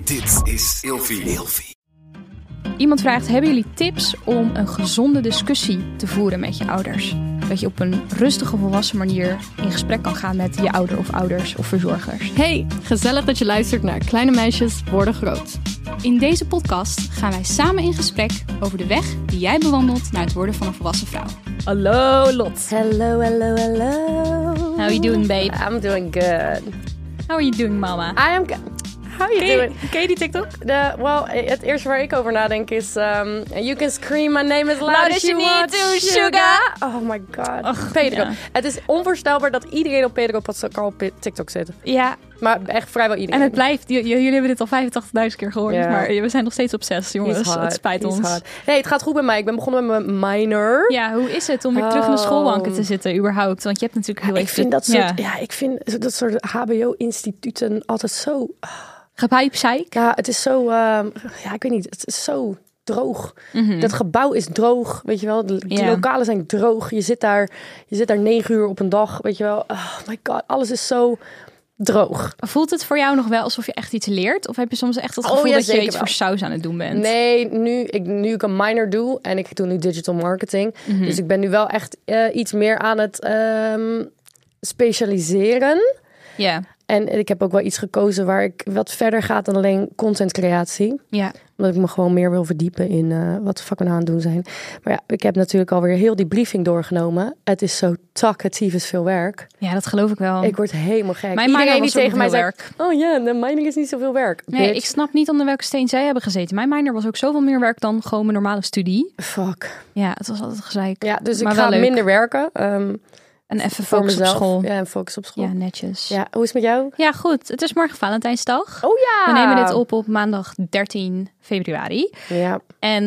Dit is Ilfie. Iemand vraagt, hebben jullie tips om een gezonde discussie te voeren met je ouders? Dat je op een rustige, volwassen manier in gesprek kan gaan met je ouder of ouders of verzorgers. Hey, gezellig dat je luistert naar Kleine Meisjes Worden Groot. In deze podcast gaan wij samen in gesprek over de weg die jij bewandelt naar het worden van een volwassen vrouw. Hallo Lot. Hello. How are you doing, babe? I'm doing good. How are you doing, mama? I am good. How are you doing? Ken je die TikTok? Het eerste waar ik over nadenk is... you can scream my name as loud as you need to, sugar. Oh my god. Ach, Pedro. ja. Het is onvoorstelbaar dat iedereen op Pedro Pascal op TikTok zit. Ja. Maar echt vrijwel iedereen. En het blijft, jullie hebben dit al 85.000 keer gehoord, Ja. Maar we zijn nog steeds obsessed, jongens. Het spijt ons. Nee, het gaat goed bij mij. Ik ben begonnen met mijn minor. Ja, hoe is het om weer terug in de schoolbanken te zitten überhaupt? Want je hebt natuurlijk heel Ik vind dat soort HBO-instituten altijd zo... Gepijpzeik? Ja, het is zo... ik weet niet. Het is zo droog. Mhm. Dat gebouw is droog, weet je wel. Die lokalen zijn droog. Je zit daar 9 uur op een dag, weet je wel. Oh my god, alles is zo droog. Voelt het voor jou nog wel alsof je echt iets leert? Of heb je soms echt het gevoel dat je iets voor saus aan het doen bent? Nee, nu ik een minor doe en ik doe nu digital marketing. Mhm. Dus ik ben nu wel echt iets meer aan het specialiseren. Ja. En ik heb ook wel iets gekozen waar ik wat verder ga dan alleen contentcreatie. Ja. Omdat ik me gewoon meer wil verdiepen in wat de fuck we nou aan het doen zijn. Maar ja, ik heb natuurlijk alweer heel die briefing doorgenomen. Het is zo takketief veel werk. Ja, dat geloof ik wel. Ik word helemaal gek. Mijn minor Iedereen was die ook tegen mij veel zegt, oh ja, de mining is niet zoveel werk. Nee, Bitch. ik snap niet onder welke steen zij hebben gezeten. Mijn minor was ook zoveel meer werk dan gewoon mijn normale studie. Fuck. Ja, het was altijd gezeik. Ja, dus Maar ik wel ga leuk. minder werken. En even voor focus op mezelf. school. Ja, en focus op school. Ja, netjes. Ja, hoe is het met jou? Ja, goed. Het is morgen Valentijnsdag. Oh ja! We nemen dit op maandag 13 februari. Ja. En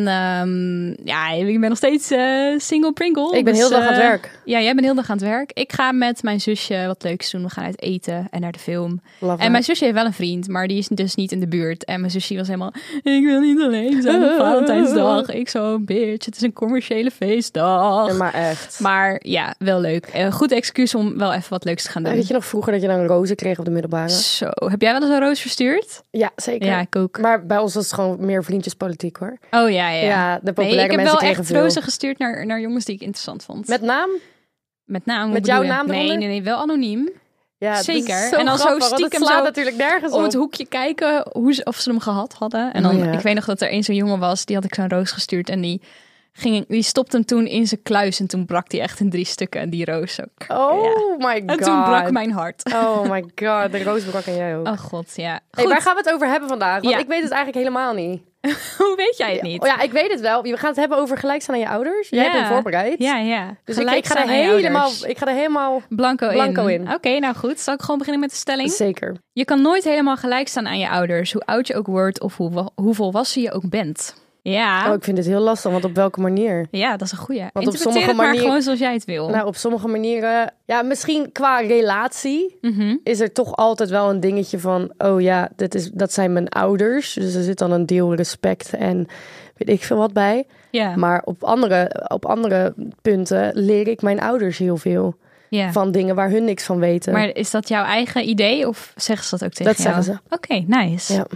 ik ben nog steeds single pringle. Ik ben heel de dag aan het werk. Ja, jij bent heel de dag aan het werk. Ik ga met mijn zusje wat leuks doen. We gaan uit eten en naar de film. Love En that. mijn zusje heeft wel een vriend, maar die is dus niet in de buurt. En mijn zusje was helemaal, ik wil niet alleen zijn op Valentijnsdag. Ik zo, bitch, het is een commerciële feestdag. Ja, maar echt. Maar ja, wel leuk. Goed excuus om wel even wat leuks te gaan doen. Weet je nog vroeger dat je dan rozen kreeg op de middelbare? Zo, heb jij wel eens een roos verstuurd? Ja, zeker. Ja, ik ook. Maar bij ons was het gewoon meer vriendjespolitiek hoor. Oh ja. Ja, de populaire Nee, ik heb mensen wel kregen echt veel. rozen gestuurd naar jongens die ik interessant vond. Met naam? Met naam? Met hoe jouw bedoel je? naam eronder? Nee, wel anoniem. Ja, Zeker. dat is zo En dan zo grappig, want stiekem het slaat zo natuurlijk nergens om op. het hoekje kijken of ze hem gehad hadden. En dan, Oh ja. ik weet nog dat er een zo'n jongen was, die had ik zo'n roos gestuurd en die stopte hem toen in zijn kluis en toen brak hij echt in 3 stukken, die roos ook. Oh my god. En toen brak mijn hart. Oh my god, de roos brak en jij ook. Oh god, ja. Hey, Goed. waar gaan we het over hebben vandaag? Want Ja. ik weet het eigenlijk helemaal niet. Hoe weet jij het niet? Oh ja, ik weet het wel. We gaan het hebben over gelijkstaan aan je ouders. Jij hebt hem voorbereid. Ja. Dus Gelijk ik ga staan er aan je helemaal, ouders. ik ga er helemaal... Blanco in. in. Oké, nou goed. Zal ik gewoon beginnen met de stelling? Zeker. Je kan nooit helemaal gelijk staan aan je ouders, hoe oud je ook wordt of hoe volwassen je ook bent. Ja. Oh, ik vind het heel lastig, want op welke manier? Ja, dat is een goeie. op Interpreteer sommige het maar manieren- gewoon zoals jij het wil. Nou, op sommige manieren... Ja, misschien qua relatie is er toch altijd wel een dingetje van... Oh ja, dat zijn mijn ouders. Dus er zit dan een deel respect en weet ik veel wat bij. Ja. Maar op andere punten leer ik mijn ouders heel veel. Ja. Van dingen waar hun niks van weten. Maar is dat jouw eigen idee of zeggen ze dat ook tegen Dat jou? zeggen Oké, nice. Ja.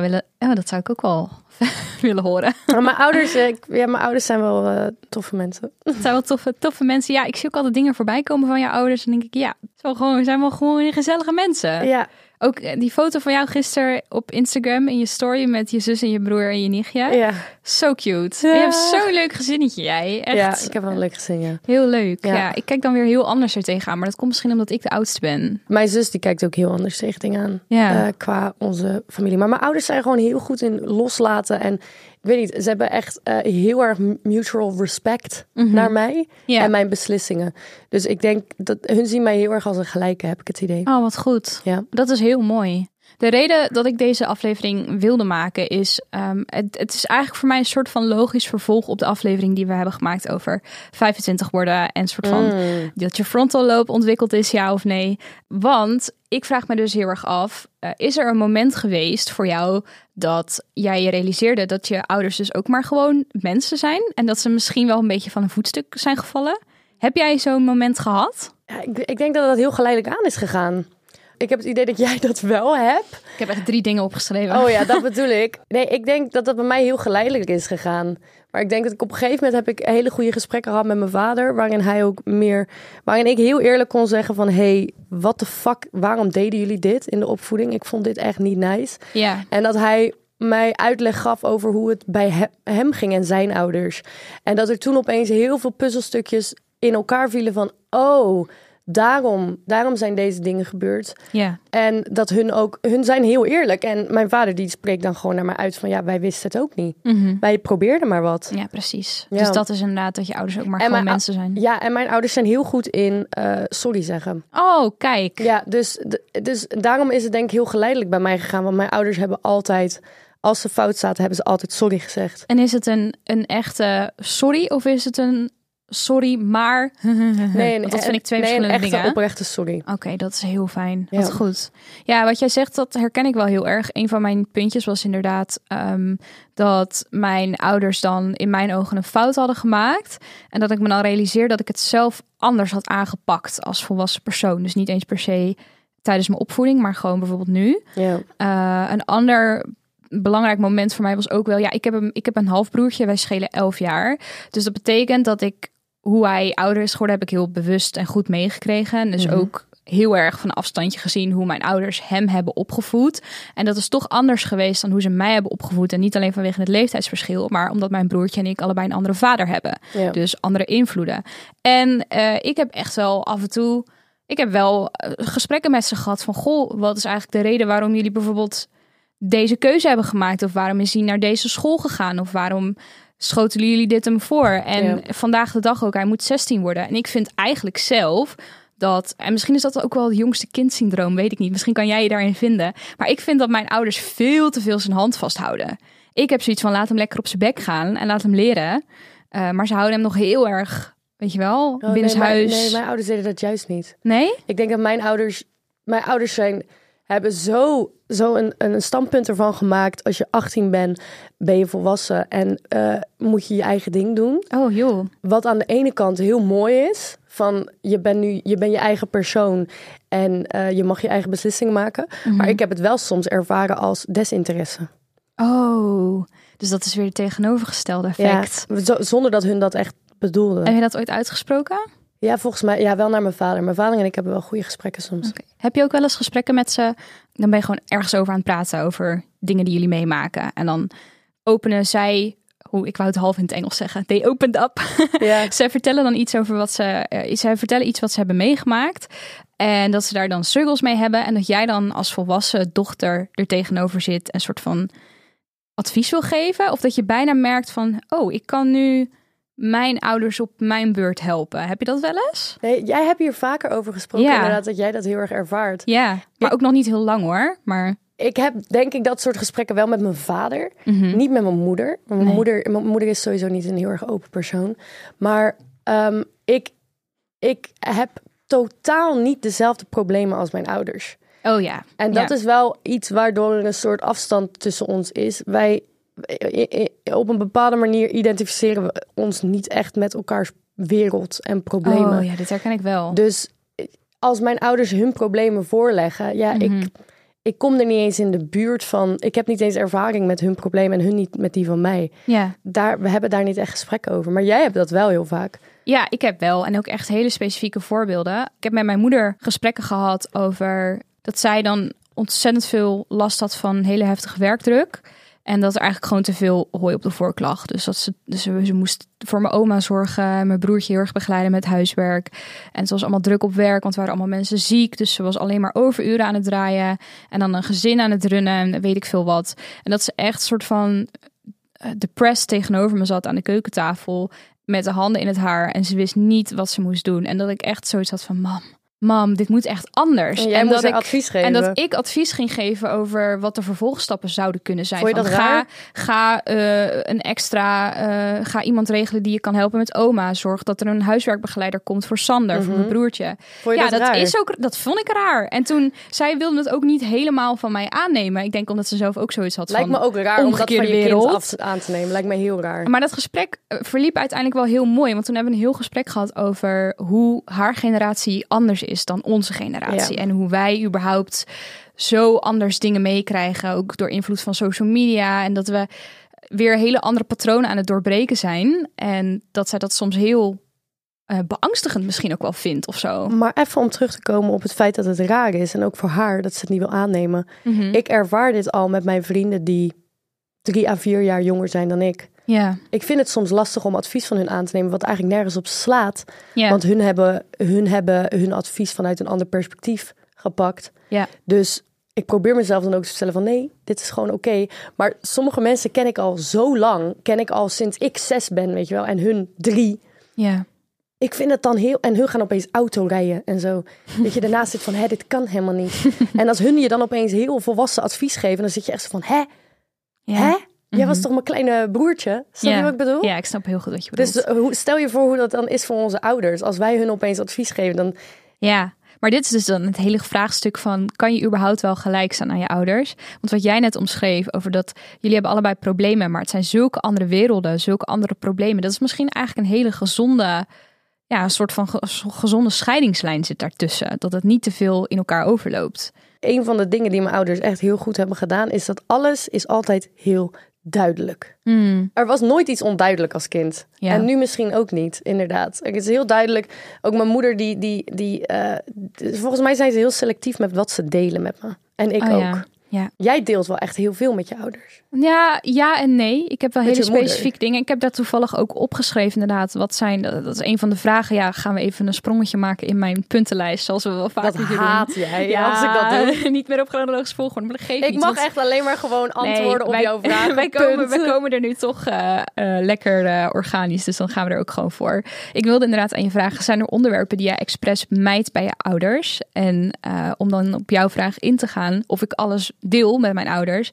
Dat zou ik ook wel willen horen. Maar mijn ouders zijn wel toffe mensen. Het zijn wel toffe mensen. Ja, ik zie ook altijd dingen voorbij komen van jouw ouders. En denk ik, ja, zijn wel gewoon gezellige mensen. Ja, Ook die foto van jou gisteren op Instagram in je story met je zus en je broer en je nichtje. ja. Zo cute. Ja. Je hebt zo'n leuk gezinnetje jij. Echt Ja, ik heb wel een leuk gezin, ja. heel leuk. Ja. Ja, ik kijk dan weer heel anders er tegenaan. Maar dat komt misschien omdat ik de oudste ben. Mijn zus die kijkt ook heel anders tegen dingen aan. Ja. Qua onze familie. Maar mijn ouders zijn gewoon heel goed in loslaten. En ik weet niet, ze hebben echt heel erg mutual respect naar mij. Ja. En mijn beslissingen. Dus ik denk dat hun zien mij heel erg als een gelijke, heb ik het idee. Oh, wat goed. Ja. Dat is heel mooi. De reden dat ik deze aflevering wilde maken is... het is eigenlijk voor mij een soort van logisch vervolg op de aflevering die we hebben gemaakt over 25 worden. En een soort van dat je frontal lobe ontwikkeld is, ja of nee. Want ik vraag me dus heel erg af, is er een moment geweest voor jou dat jij je realiseerde dat je ouders dus ook maar gewoon mensen zijn? En dat ze misschien wel een beetje van een voetstuk zijn gevallen? Heb jij zo'n moment gehad? Ja, ik denk dat het heel geleidelijk aan is gegaan. ik heb het idee dat jij dat wel hebt. Ik heb echt 3 dingen opgeschreven. Oh ja, dat bedoel ik. Nee, ik denk dat bij mij heel geleidelijk is gegaan. Maar ik denk dat ik op een gegeven moment heb ik hele goede gesprekken gehad met mijn vader. Waarin ik heel eerlijk kon zeggen van... Hey, what the fuck, waarom deden jullie dit in de opvoeding? Ik vond dit echt niet nice. Ja. En dat hij mij uitleg gaf over hoe het bij hem ging en zijn ouders. En dat er toen opeens heel veel puzzelstukjes in elkaar vielen van... Oh, daarom zijn deze dingen gebeurd. Ja. En dat hun zijn heel eerlijk. En mijn vader die spreekt dan gewoon naar mij uit van... Ja, wij wisten het ook niet. Wij probeerden maar wat. Ja, precies. Ja. Dus dat is inderdaad dat je ouders ook maar gewoon mensen zijn. Ja, en mijn ouders zijn heel goed in sorry zeggen. Oh, kijk. Ja, dus daarom is het denk ik heel geleidelijk bij mij gegaan. Want mijn ouders hebben altijd... Als ze fout zaten, hebben ze altijd sorry gezegd. En is het een echte sorry of is het een sorry, maar... Nee, want dat vind ik 2 verschillende een echte dingen. oprechte sorry. Oké, dat is heel fijn. Ja. Wat goed. Ja, wat jij zegt, dat herken ik wel heel erg. Een van mijn puntjes was inderdaad dat mijn ouders dan in mijn ogen een fout hadden gemaakt. En dat ik me dan realiseer dat ik het zelf anders had aangepakt als volwassen persoon. Dus niet eens per se tijdens mijn opvoeding, maar gewoon bijvoorbeeld nu. Ja. Een ander belangrijk moment voor mij was ook wel... Ja, ik heb een halfbroertje, wij schelen 11 jaar. Dus dat betekent dat hoe hij ouder is geworden, heb ik heel bewust en goed meegekregen. Dus ook heel erg van een afstandje gezien hoe mijn ouders hem hebben opgevoed. En dat is toch anders geweest dan hoe ze mij hebben opgevoed. En niet alleen vanwege het leeftijdsverschil, maar omdat mijn broertje en ik allebei een andere vader hebben. Ja. Dus andere invloeden. En ik heb echt wel af en toe... Ik heb wel gesprekken met ze gehad van... Goh, wat is eigenlijk de reden waarom jullie bijvoorbeeld deze keuze hebben gemaakt? Of waarom is hij naar deze school gegaan? Of waarom schoten jullie dit hem voor? En vandaag de dag ook, hij moet 16 worden. En ik vind eigenlijk zelf dat... En misschien is dat ook wel het jongste kindsyndroom, weet ik niet. Misschien kan jij je daarin vinden. Maar ik vind dat mijn ouders veel te veel zijn hand vasthouden. Ik heb zoiets van, laat hem lekker op zijn bek gaan en laat hem leren. Maar ze houden hem nog heel erg, weet je wel, binnenshuis. Nee, mijn ouders deden dat juist niet. Nee? Ik denk dat mijn ouders hebben zo een standpunt ervan gemaakt. Als je 18 bent, ben je volwassen en moet je je eigen ding doen. Oh joh. Wat aan de ene kant heel mooi is. Van je bent je eigen persoon en je mag je eigen beslissingen maken. Maar ik heb het wel soms ervaren als desinteresse. Oh, dus dat is weer het tegenovergestelde effect. Ja, zonder dat hun dat echt bedoelden. Heb je dat ooit uitgesproken? Ja, volgens mij wel naar mijn vader. Mijn vader en ik hebben wel goede gesprekken soms. Okay. Heb je ook wel eens gesprekken met ze? Dan ben je gewoon ergens over aan het praten over dingen die jullie meemaken. En dan openen zij... ik wou het half in het Engels zeggen. They opened up. Ja. Ze vertellen dan iets over zij vertellen iets wat ze hebben meegemaakt. En dat ze daar dan struggles mee hebben. En dat jij dan als volwassen dochter er tegenover zit. En een soort van advies wil geven. Of dat je bijna merkt van... Oh, ik kan nu mijn ouders op mijn beurt helpen. Heb je dat wel eens? Nee, jij hebt hier vaker over gesproken. Inderdaad, dat jij dat heel erg ervaart. Ja, maar ook nog niet heel lang hoor. Maar... Ik heb denk ik dat soort gesprekken wel met mijn vader. Niet met mijn moeder. Mijn moeder is sowieso niet een heel erg open persoon. Maar ik heb totaal niet dezelfde problemen als mijn ouders. Oh ja. En dat is wel iets waardoor er een soort afstand tussen ons is. Wij op een bepaalde manier identificeren we ons niet echt met elkaars wereld en problemen. Oh ja, dit herken ik wel. Dus als mijn ouders hun problemen voorleggen, ik kom er niet eens in de buurt van. Ik heb niet eens ervaring met hun problemen en hun niet met die van mij. Ja. We hebben daar niet echt gesprekken over. Maar jij hebt dat wel heel vaak. Ja, ik heb wel. En ook echt hele specifieke voorbeelden. Ik heb met mijn moeder gesprekken gehad over dat zij dan ontzettend veel last had van hele heftige werkdruk. En dat er eigenlijk gewoon te veel hooi op de vork lag. Dus ze moest voor mijn oma zorgen. Mijn broertje heel erg begeleiden met huiswerk. En het was allemaal druk op werk, want er waren allemaal mensen ziek. Dus ze was alleen maar overuren aan het draaien. En dan een gezin aan het runnen en weet ik veel wat. En dat ze echt soort van depressed tegenover me zat aan de keukentafel. Met de handen in het haar. En ze wist niet wat ze moest doen. En dat ik echt zoiets had van, mam, dit moet echt anders. En jij moest dat advies geven. En dat ik advies ging geven over wat de vervolgstappen zouden kunnen zijn. Vond je dat raar? Ga iemand regelen die je kan helpen met oma. Zorg dat er een huiswerkbegeleider komt voor Sander, voor mijn broertje. Vond je dat raar? Dat vond ik raar. En toen, zij wilde het ook niet helemaal van mij aannemen. Ik denk omdat ze zelf ook zoiets had Lijkt van me ook raar om dat van je wereld kind aan te nemen. Lijkt me heel raar. Maar dat gesprek verliep uiteindelijk wel heel mooi. Want toen hebben we een heel gesprek gehad over hoe haar generatie anders is dan onze generatie. Ja. En hoe wij überhaupt zo anders dingen meekrijgen. Ook door invloed van social media. En dat we weer hele andere patronen aan het doorbreken zijn. En dat zij dat soms heel beangstigend misschien ook wel vindt of zo. Maar even om terug te komen op het feit dat het raar is. En ook voor haar dat ze het niet wil aannemen. Mm-hmm. Ik ervaar dit al met mijn vrienden die 3 à 4 jaar jonger zijn dan ik. Ja. Ik vind het soms lastig om advies van hun aan te nemen, wat eigenlijk nergens op slaat. Ja. Want hun hebben hun advies vanuit een ander perspectief gepakt. Ja. Dus ik probeer mezelf dan ook te vertellen van nee, dit is gewoon oké. Maar sommige mensen ken ik al zo lang. Ken ik al sinds ik 6 ben, weet je wel. En hun 3. Ja. Ik vind het dan heel... En hun gaan opeens auto rijden en zo. Dat je daarnaast zit van, dit kan helemaal niet. En als hun je dan opeens heel volwassen advies geven, dan zit je echt zo van, Ja. Hè? Jij was toch mijn kleine broertje? Snap je wat ik bedoel? Ja, ik snap heel goed wat je bedoelt. Dus stel je voor hoe dat dan is voor onze ouders. Als wij hun opeens advies geven, dan... Ja, maar dit is dus dan het hele vraagstuk van... kan je überhaupt wel gelijk staan aan je ouders? Want wat jij net omschreef over dat... jullie hebben allebei problemen, maar het zijn zulke andere werelden, zulke andere problemen. Dat is misschien eigenlijk een hele gezonde... Ja, een soort van gezonde scheidingslijn zit daartussen. Dat het niet te veel in elkaar overloopt. Een van de dingen die mijn ouders echt heel goed hebben gedaan... is dat alles is altijd heel duidelijk. Er was nooit iets onduidelijk als kind. Ja. En nu misschien ook niet, inderdaad. Het is heel duidelijk. Ook mijn moeder, volgens mij zijn ze heel selectief met wat ze delen met me. En ik ook. Ja. Ja. Jij deelt wel echt heel veel met je ouders. Ja en nee. Ik heb wel hele specifieke dingen. Ik heb dat toevallig ook opgeschreven inderdaad. Dat is een van de vragen. Ja, gaan we even een sprongetje maken in mijn puntenlijst. Zoals we wel vaker doen. Dat haat jij, ja, als ik dat doe. Niet meer op chronologisch volgorde, maar dat geeft niet. Ik mag echt alleen maar gewoon antwoorden op jouw vragen. Wij komen er nu toch lekker organisch. Dus dan gaan we er ook gewoon voor. Ik wilde inderdaad aan je vragen. Zijn er onderwerpen die jij expres mijdt bij je ouders? En om dan op jouw vraag in te gaan. Of ik alles deel met mijn ouders.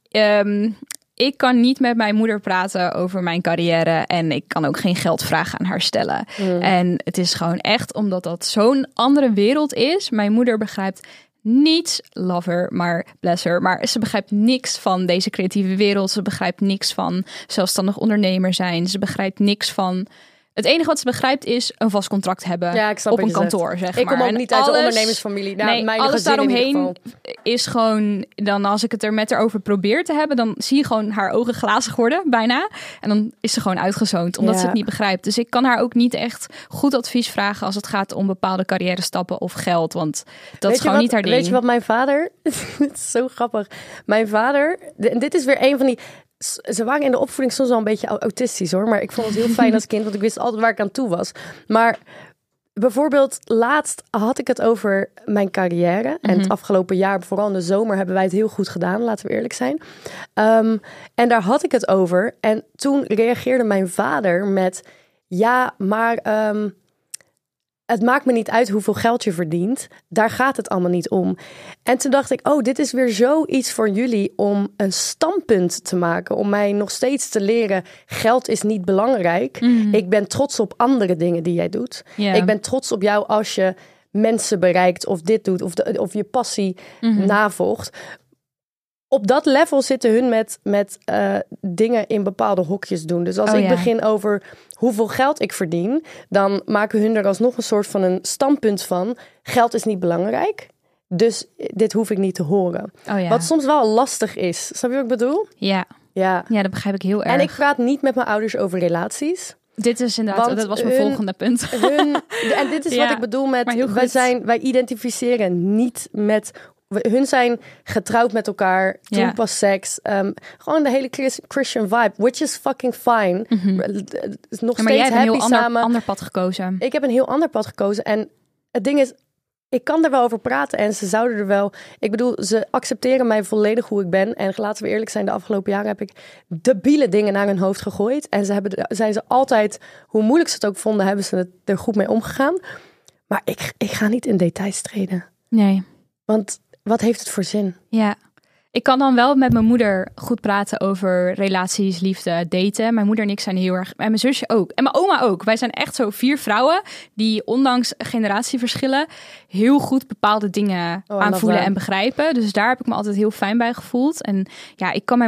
Ik kan niet met mijn moeder praten over mijn carrière en ik kan ook geen geld vragen aan haar stellen. En het is gewoon echt omdat dat zo'n andere wereld is. Mijn moeder begrijpt niets, love her, maar bless her. Maar ze begrijpt niks van deze creatieve wereld. Ze begrijpt niks van zelfstandig ondernemer zijn. Ze begrijpt niks van... Het enige wat ze begrijpt is een vast contract hebben op een kantoor, zeg maar. Ik kom ook niet uit de ondernemersfamilie. Alles daaromheen is gewoon... Dan als ik het er met haar over probeer te hebben... dan zie je gewoon haar ogen glazig worden, bijna. En dan is ze gewoon uitgezoond, omdat ze het niet begrijpt. Dus ik kan haar ook niet echt goed advies vragen... als het gaat om bepaalde carrière stappen of geld. Want dat is gewoon niet haar ding. Weet je wat mijn vader... Het is zo grappig. Mijn vader... Dit is weer een van die... Ze waren in de opvoeding soms wel een beetje autistisch hoor. Maar ik vond het heel fijn als kind. Want ik wist altijd waar ik aan toe was. Maar bijvoorbeeld laatst had ik het over mijn carrière. En het afgelopen jaar, vooral in de zomer, hebben wij het heel goed gedaan. Laten we eerlijk zijn. En daar had ik het over. En toen reageerde mijn vader met... Ja, maar... het maakt me niet uit hoeveel geld je verdient. Daar gaat het allemaal niet om. En toen dacht ik, dit is weer zoiets voor jullie om een standpunt te maken. Om mij nog steeds te leren, geld is niet belangrijk. Ik ben trots op andere dingen die jij doet. Yeah. Ik ben trots op jou als je mensen bereikt of dit doet. Of je passie navolgt. Op dat level zitten hun met dingen in bepaalde hokjes doen. Dus als ik begin over hoeveel geld ik verdien... dan maken hun er alsnog een soort van een standpunt van... geld is niet belangrijk, dus dit hoef ik niet te horen. Wat soms wel lastig is. Snap je wat ik bedoel? Ja, dat begrijp ik heel erg. En ik praat niet met mijn ouders over relaties... Dit is inderdaad, dat was mijn volgende punt. En dit is wat ik bedoel met... Wij identificeren niet met... Hun zijn getrouwd met elkaar, toen pas seks. Gewoon de hele Christian vibe, which is fucking fine. Nog steeds maar jij hebt een heel samen. ander pad gekozen. Ik heb een heel ander pad gekozen. En het ding is, ik kan er wel over praten. En ze zouden er wel... Ik bedoel, ze accepteren mij volledig hoe ik ben. En laten we eerlijk zijn, de afgelopen jaren heb ik debiele dingen naar hun hoofd gegooid. En zijn ze altijd, hoe moeilijk ze het ook vonden, hebben ze er goed mee omgegaan. Maar ik ga niet in details treden. Nee. Want... Wat heeft het voor zin? Ja, ik kan dan wel met mijn moeder goed praten over relaties, liefde, daten. Mijn moeder en ik zijn heel erg... En mijn zusje ook. En mijn oma ook. Wij zijn echt zo 4 vrouwen die ondanks generatieverschillen... heel goed bepaalde dingen aanvoelen en begrijpen. Dus daar heb ik me altijd heel fijn bij gevoeld. En ja, ik kan mijn moeder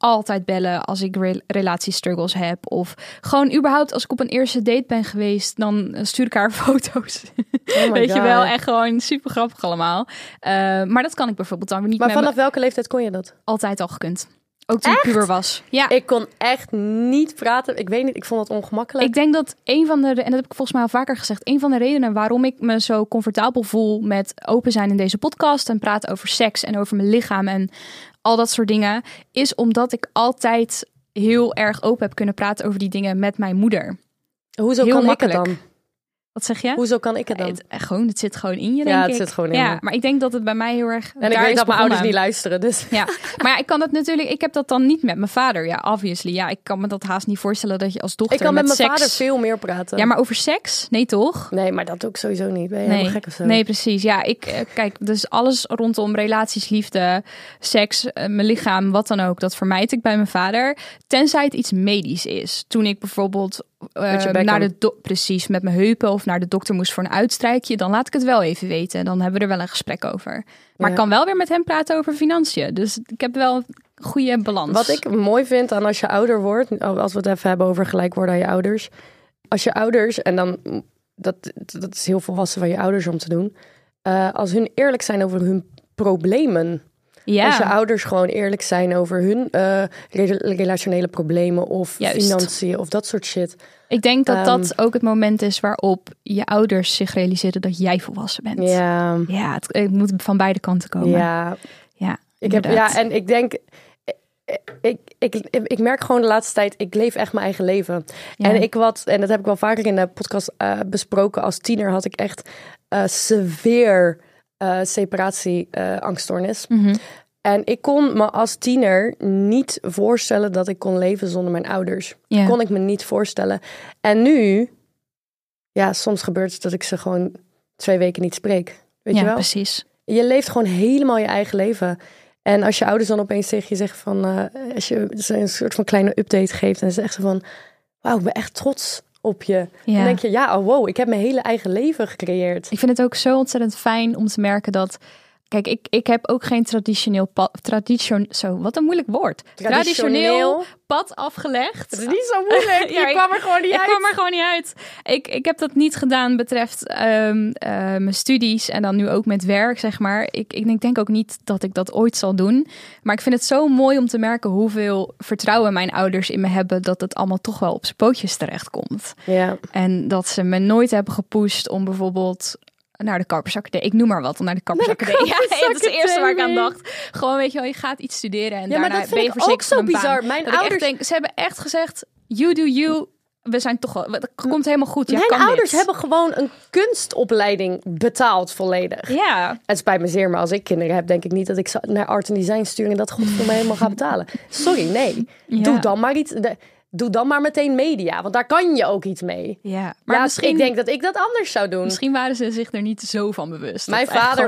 altijd bellen als ik relatiestruggles heb. Of gewoon überhaupt als ik op een eerste date ben geweest, dan stuur ik haar foto's. Weet je wel, echt gewoon super grappig allemaal. Maar dat kan ik bijvoorbeeld dan weer niet. Maar vanaf welke leeftijd kon je dat? Altijd al gekund. Ook toen ik puber was. Ja. Ik kon echt niet praten. Ik weet niet, ik vond het ongemakkelijk. Ik denk dat en dat heb ik volgens mij al vaker gezegd, een van de redenen waarom ik me zo comfortabel voel met open zijn in deze podcast en praten over seks en over mijn lichaam en al dat soort dingen, is omdat ik altijd heel erg open heb kunnen praten over die dingen met mijn moeder. Hoezo heel kan makkelijk. ik het dan? Wat zeg je? Hoezo kan ik het dan? Het zit gewoon in je, denk ik. Ja, het zit gewoon in me. Maar ik denk dat het bij mij heel erg. En ik weet dat mijn ouders niet luisteren, dus. Ja, maar ja, ik kan het natuurlijk. Ik heb dat dan niet met mijn vader. Ja, obviously. Ja, ik kan me dat haast niet voorstellen dat je als dochter. Ik kan met mijn seks... vader veel meer praten. Ja, maar over seks? Nee, toch? Nee, maar dat doe ik sowieso niet. Ben je helemaal gek of zo? Nee, precies. Ja, kijk, dus alles rondom relaties, liefde, seks, mijn lichaam, wat dan ook, dat vermijd ik bij mijn vader. Tenzij het iets medisch is. Toen ik bijvoorbeeld naar de precies met mijn heupen of naar de dokter moest voor een uitstrijkje, dan laat ik het wel even weten. Dan hebben we er wel een gesprek over. Maar ik kan wel weer met hem praten over financiën. Dus ik heb wel een goede balans. Wat ik mooi vind aan als je ouder wordt, als we het even hebben over gelijk worden aan je ouders. Als je ouders, en dan dat is heel volwassen van je ouders om te doen. Als hun eerlijk zijn over hun problemen. Ja. Als je ouders gewoon eerlijk zijn over hun relationele problemen of financiën of dat soort shit. Ik denk dat dat ook het moment is waarop je ouders zich realiseren dat jij volwassen bent. Ja, het moet van beide kanten komen. Ja, en ik denk, ik merk gewoon de laatste tijd, ik leef echt mijn eigen leven. Ja. En dat heb ik wel vaker in de podcast besproken. Als tiener had ik echt severe separatie-angststoornis. Mm-hmm. En ik kon me als tiener niet voorstellen dat ik kon leven zonder mijn ouders. Yeah. Kon ik me niet voorstellen. En nu, ja, soms gebeurt het dat ik ze gewoon 2 weken niet spreek. Weet je wel? Precies. Je leeft gewoon helemaal je eigen leven. En als je ouders dan opeens tegen je zeggen van, als je een soort van kleine update geeft en ze echt zo van, wauw, ik ben echt trots op je. Ja. Dan denk je, wow, ik heb mijn hele eigen leven gecreëerd. Ik vind het ook zo ontzettend fijn om te merken dat, kijk, ik heb ook geen wat een moeilijk woord. Traditioneel pad afgelegd. Het is niet zo moeilijk. Je kwam er gewoon niet uit. Ik kwam er gewoon niet uit. Ik heb dat niet gedaan betreft mijn studies en dan nu ook met werk, zeg maar. Ik denk ook niet dat ik dat ooit zal doen. Maar ik vind het zo mooi om te merken hoeveel vertrouwen mijn ouders in me hebben, dat het allemaal toch wel op zijn pootjes terecht komt. Ja. En dat ze me nooit hebben gepusht om bijvoorbeeld naar de kappersacademie. Ik noem maar wat, om naar de kappersacademie. Ja, dat is het eerste waar ik aan dacht. Gewoon, weet je wel, je gaat iets studeren en daarna ben je verzekerd van een bizar. baan. Mijn dat ouders... ze hebben echt gezegd, you do you. We zijn toch wel, het komt helemaal goed. Mijn ouders hebben gewoon een kunstopleiding betaald volledig. Ja. Het spijt me zeer, maar als ik kinderen heb, denk ik niet dat ik ze naar art en design stuur en dat God voor mij helemaal ga betalen. Sorry, nee. Ja. Doe dan maar iets. Doe dan maar meteen media, want daar kan je ook iets mee. Ja, maar misschien, ik denk dat ik dat anders zou doen. Misschien waren ze zich er niet zo van bewust. Mijn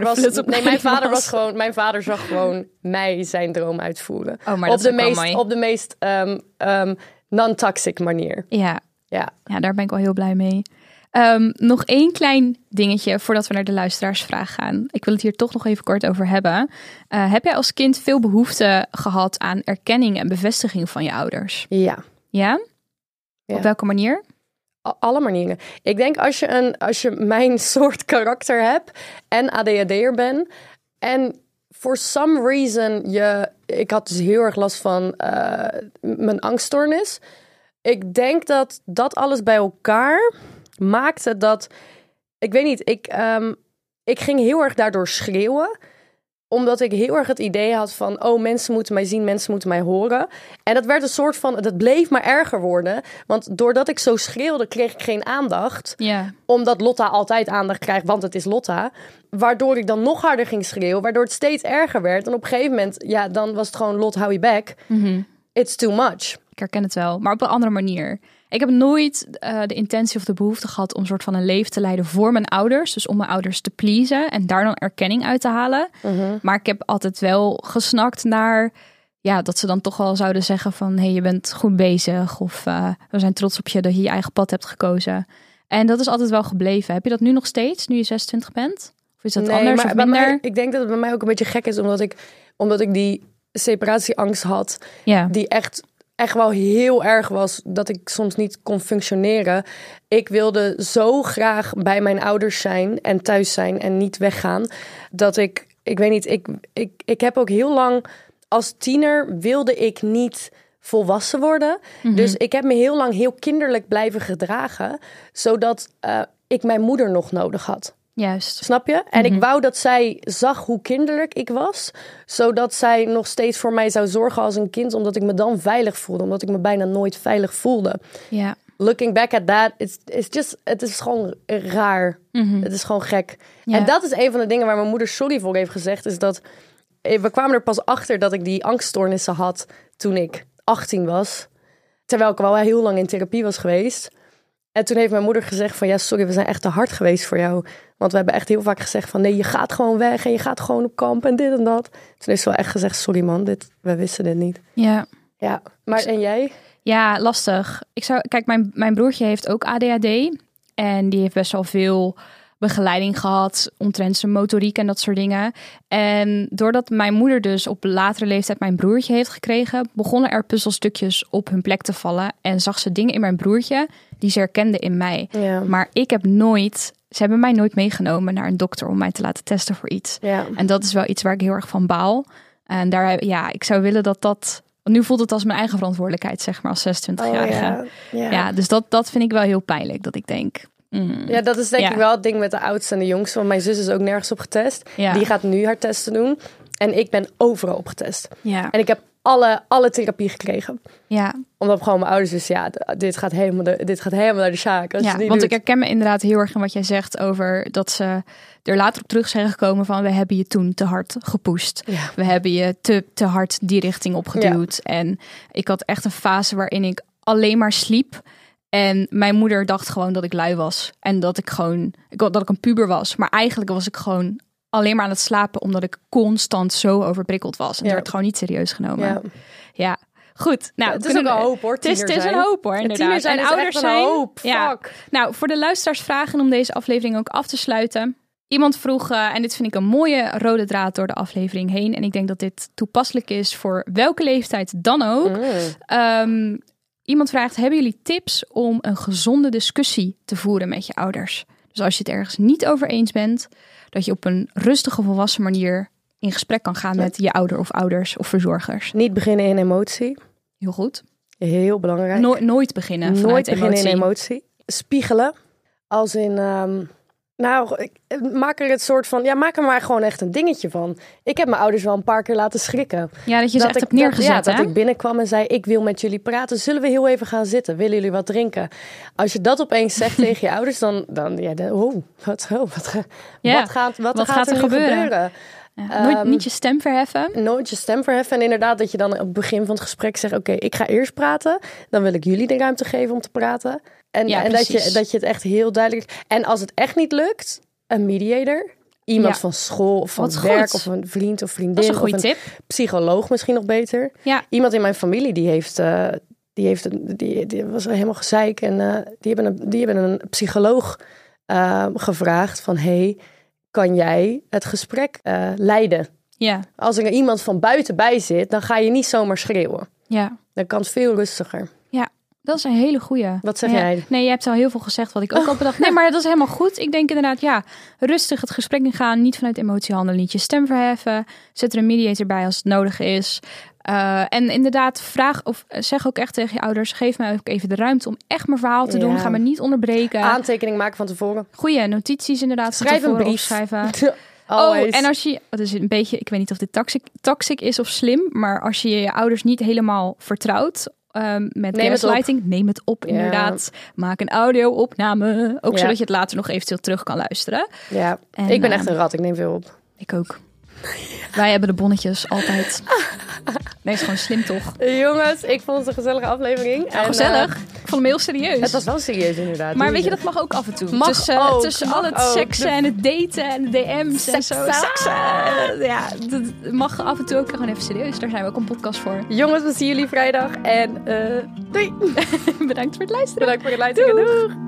vader zag gewoon mij zijn droom uitvoeren. Oh, maar op de meest non-toxic manier. Ja, daar ben ik wel heel blij mee. Nog 1 klein dingetje voordat we naar de luisteraarsvraag gaan. Ik wil het hier toch nog even kort over hebben. Heb jij als kind veel behoefte gehad aan erkenning en bevestiging van je ouders? Ja. Ja? Op welke manier? Alle manieren. Ik denk als je mijn soort karakter hebt en ADHD'er bent en for some reason ik had dus heel erg last van mijn angststoornis. Ik denk dat alles bij elkaar maakte dat, ik weet niet, ik ging heel erg daardoor schreeuwen, omdat ik heel erg het idee had van, mensen moeten mij zien, mensen moeten mij horen. En dat werd een soort van, dat bleef maar erger worden. Want doordat ik zo schreeuwde, kreeg ik geen aandacht. Ja. Omdat Lotta altijd aandacht krijgt, want het is Lotta. Waardoor ik dan nog harder ging schreeuwen, waardoor het steeds erger werd. En op een gegeven moment, dan was het gewoon, Lot, hou je bek. Mm-hmm. It's too much. Ik herken het wel, maar op een andere manier. Ik heb nooit de intentie of de behoefte gehad om een soort van een leven te leiden voor mijn ouders. Dus om mijn ouders te pleasen en daar dan erkenning uit te halen. Mm-hmm. Maar ik heb altijd wel gesnakt naar, dat ze dan toch wel zouden zeggen van, hey, je bent goed bezig. Of we zijn trots op je dat je je eigen pad hebt gekozen. En dat is altijd wel gebleven. Heb je dat nu nog steeds, nu je 26 bent? Of is dat anders of minder? Ik denk dat het bij mij ook een beetje gek is, omdat ik die separatieangst had. Ja. Die echt wel heel erg was. Dat ik soms niet kon functioneren. Ik wilde zo graag bij mijn ouders zijn. En thuis zijn en niet weggaan. Dat ik weet niet, ik heb ook heel lang... Als tiener wilde ik niet volwassen worden. Mm-hmm. Dus ik heb me heel lang heel kinderlijk blijven gedragen. Zodat ik mijn moeder nog nodig had. Juist. Snap je? En ik wou dat zij zag hoe kinderlijk ik was. Zodat zij nog steeds voor mij zou zorgen als een kind. Omdat ik me dan veilig voelde. Omdat ik me bijna nooit veilig voelde. Ja. Looking back at that, het is gewoon raar. Mm-hmm. Het is gewoon gek. Ja. En dat is een van de dingen waar mijn moeder sorry voor heeft gezegd. Is dat we kwamen er pas achter dat ik die angststoornissen had toen ik 18 was. Terwijl ik wel heel lang in therapie was geweest. En toen heeft mijn moeder gezegd van... ja, sorry, we zijn echt te hard geweest voor jou. Want we hebben echt heel vaak gezegd van... nee, je gaat gewoon weg en je gaat gewoon op kamp en dit en dat. Toen heeft ze wel echt gezegd... sorry man, we wisten dit niet. Ja. Ja, maar en jij? Ja, lastig. Kijk, mijn broertje heeft ook ADHD. En die heeft best wel veel begeleiding gehad omtrent zijn motoriek en dat soort dingen. En doordat mijn moeder dus op latere leeftijd mijn broertje heeft gekregen, begonnen er puzzelstukjes op hun plek te vallen. En zag ze dingen in mijn broertje die ze herkende in mij. Ja. Maar ze hebben mij nooit meegenomen naar een dokter om mij te laten testen voor iets. Ja. En dat is wel iets waar ik heel erg van baal. En ik zou willen dat... Want nu voelt het als mijn eigen verantwoordelijkheid, zeg maar, als 26-jarige. Ja, dus dat vind ik wel heel pijnlijk, dat ik denk... Ja, dat is denk ik wel het ding met de oudste en de jongste. Want mijn zus is ook nergens op getest. Ja. Die gaat nu haar testen doen. En ik ben overal op getest. Ja. En ik heb alle therapie gekregen. Ja. Omdat gewoon mijn ouders dus, dit gaat helemaal naar de zaak. Want ik herken me inderdaad heel erg in wat jij zegt over dat ze er later op terug zijn gekomen van... we hebben je toen te hard gepusht. Ja. We hebben je te hard die richting opgeduwd. Ja. En ik had echt een fase waarin ik alleen maar sliep... En mijn moeder dacht gewoon dat ik lui was. En dat ik een puber was. Maar eigenlijk was ik gewoon alleen maar aan het slapen... omdat ik constant zo overprikkeld was. En het werd gewoon niet serieus genomen. Ja. Goed. Nou, het is ook een hoop hoor. Het is een hoop hoor, inderdaad. Zijn en ouders zijn een hoop. Ja. Fuck. Nou, voor de luisteraars vragen om deze aflevering ook af te sluiten. Iemand vroeg, en dit vind ik een mooie rode draad door de aflevering heen. En ik denk dat dit toepasselijk is voor welke leeftijd dan ook. Iemand vraagt, hebben jullie tips om een gezonde discussie te voeren met je ouders? Dus als je het ergens niet over eens bent, dat je op een rustige, volwassen manier in gesprek kan gaan met je ouder of ouders of verzorgers. Niet beginnen in emotie. Heel goed. Heel belangrijk. Nooit beginnen vanuit emotie. In emotie. Spiegelen. Als in... maak er het soort van... maak er maar gewoon echt een dingetje van. Ik heb mijn ouders wel een paar keer laten schrikken. Ja, dat je ze echt hebt neergezet, dat ik binnenkwam en zei... ik wil met jullie praten. Zullen we heel even gaan zitten? Willen jullie wat drinken? Als je dat opeens zegt tegen je ouders... wat gaat er gebeuren? Ja, niet je stem verheffen. Nooit je stem verheffen. En inderdaad dat je dan op het begin van het gesprek zegt... oké, ik ga eerst praten. Dan wil ik jullie de ruimte geven om te praten. En dat je het echt heel duidelijk... En als het echt niet lukt, een mediator. Iemand van school of van werk of een vriend of vriendin. Dat is een goede tip. Psycholoog misschien nog beter. Ja. Iemand in mijn familie die was helemaal gezeik. En die hebben een psycholoog gevraagd van... hey, kan jij het gesprek leiden? Ja. Als er iemand van buiten bij zit, dan ga je niet zomaar schreeuwen. Ja. Dan kan het veel rustiger. Ja, dat is een hele goeie. Wat zeg jij? Nee, je hebt al heel veel gezegd wat ik ook al bedacht. Nee, maar dat is helemaal goed. Ik denk inderdaad, rustig het gesprek ingaan. Niet vanuit emotie handelen. Niet je stem verheffen. Zet er een mediator bij als het nodig is. En inderdaad, zeg ook echt tegen je ouders... geef mij ook even de ruimte om echt mijn verhaal te doen. Ga me niet onderbreken. Aantekening maken van tevoren. Goeie notities inderdaad. Schrijf een brief. Schrijven. En als je... Het is een beetje... Ik weet niet of dit toxic is of slim... maar als je je ouders niet helemaal vertrouwt... met gaslighting, neem het op inderdaad. Ja. Maak een audio-opname. Ook zodat je het later nog eventueel terug kan luisteren. Ja, en, ik ben echt een rat. Ik neem veel op. Ik ook. Wij hebben de bonnetjes altijd. Nee, is gewoon slim toch? Jongens, ik vond het een gezellige aflevering. Ja, gezellig. Ik vond hem heel serieus. Het was wel serieus inderdaad. Maar weet je, dat mag ook af en toe. Tussen al het seksen en het daten en de DM's en zo. Seksen. Ja, dat mag af en toe ook gewoon even serieus. Daar zijn we ook een podcast voor. Jongens, we zien jullie vrijdag. En doei. Bedankt voor het luisteren. Doeg.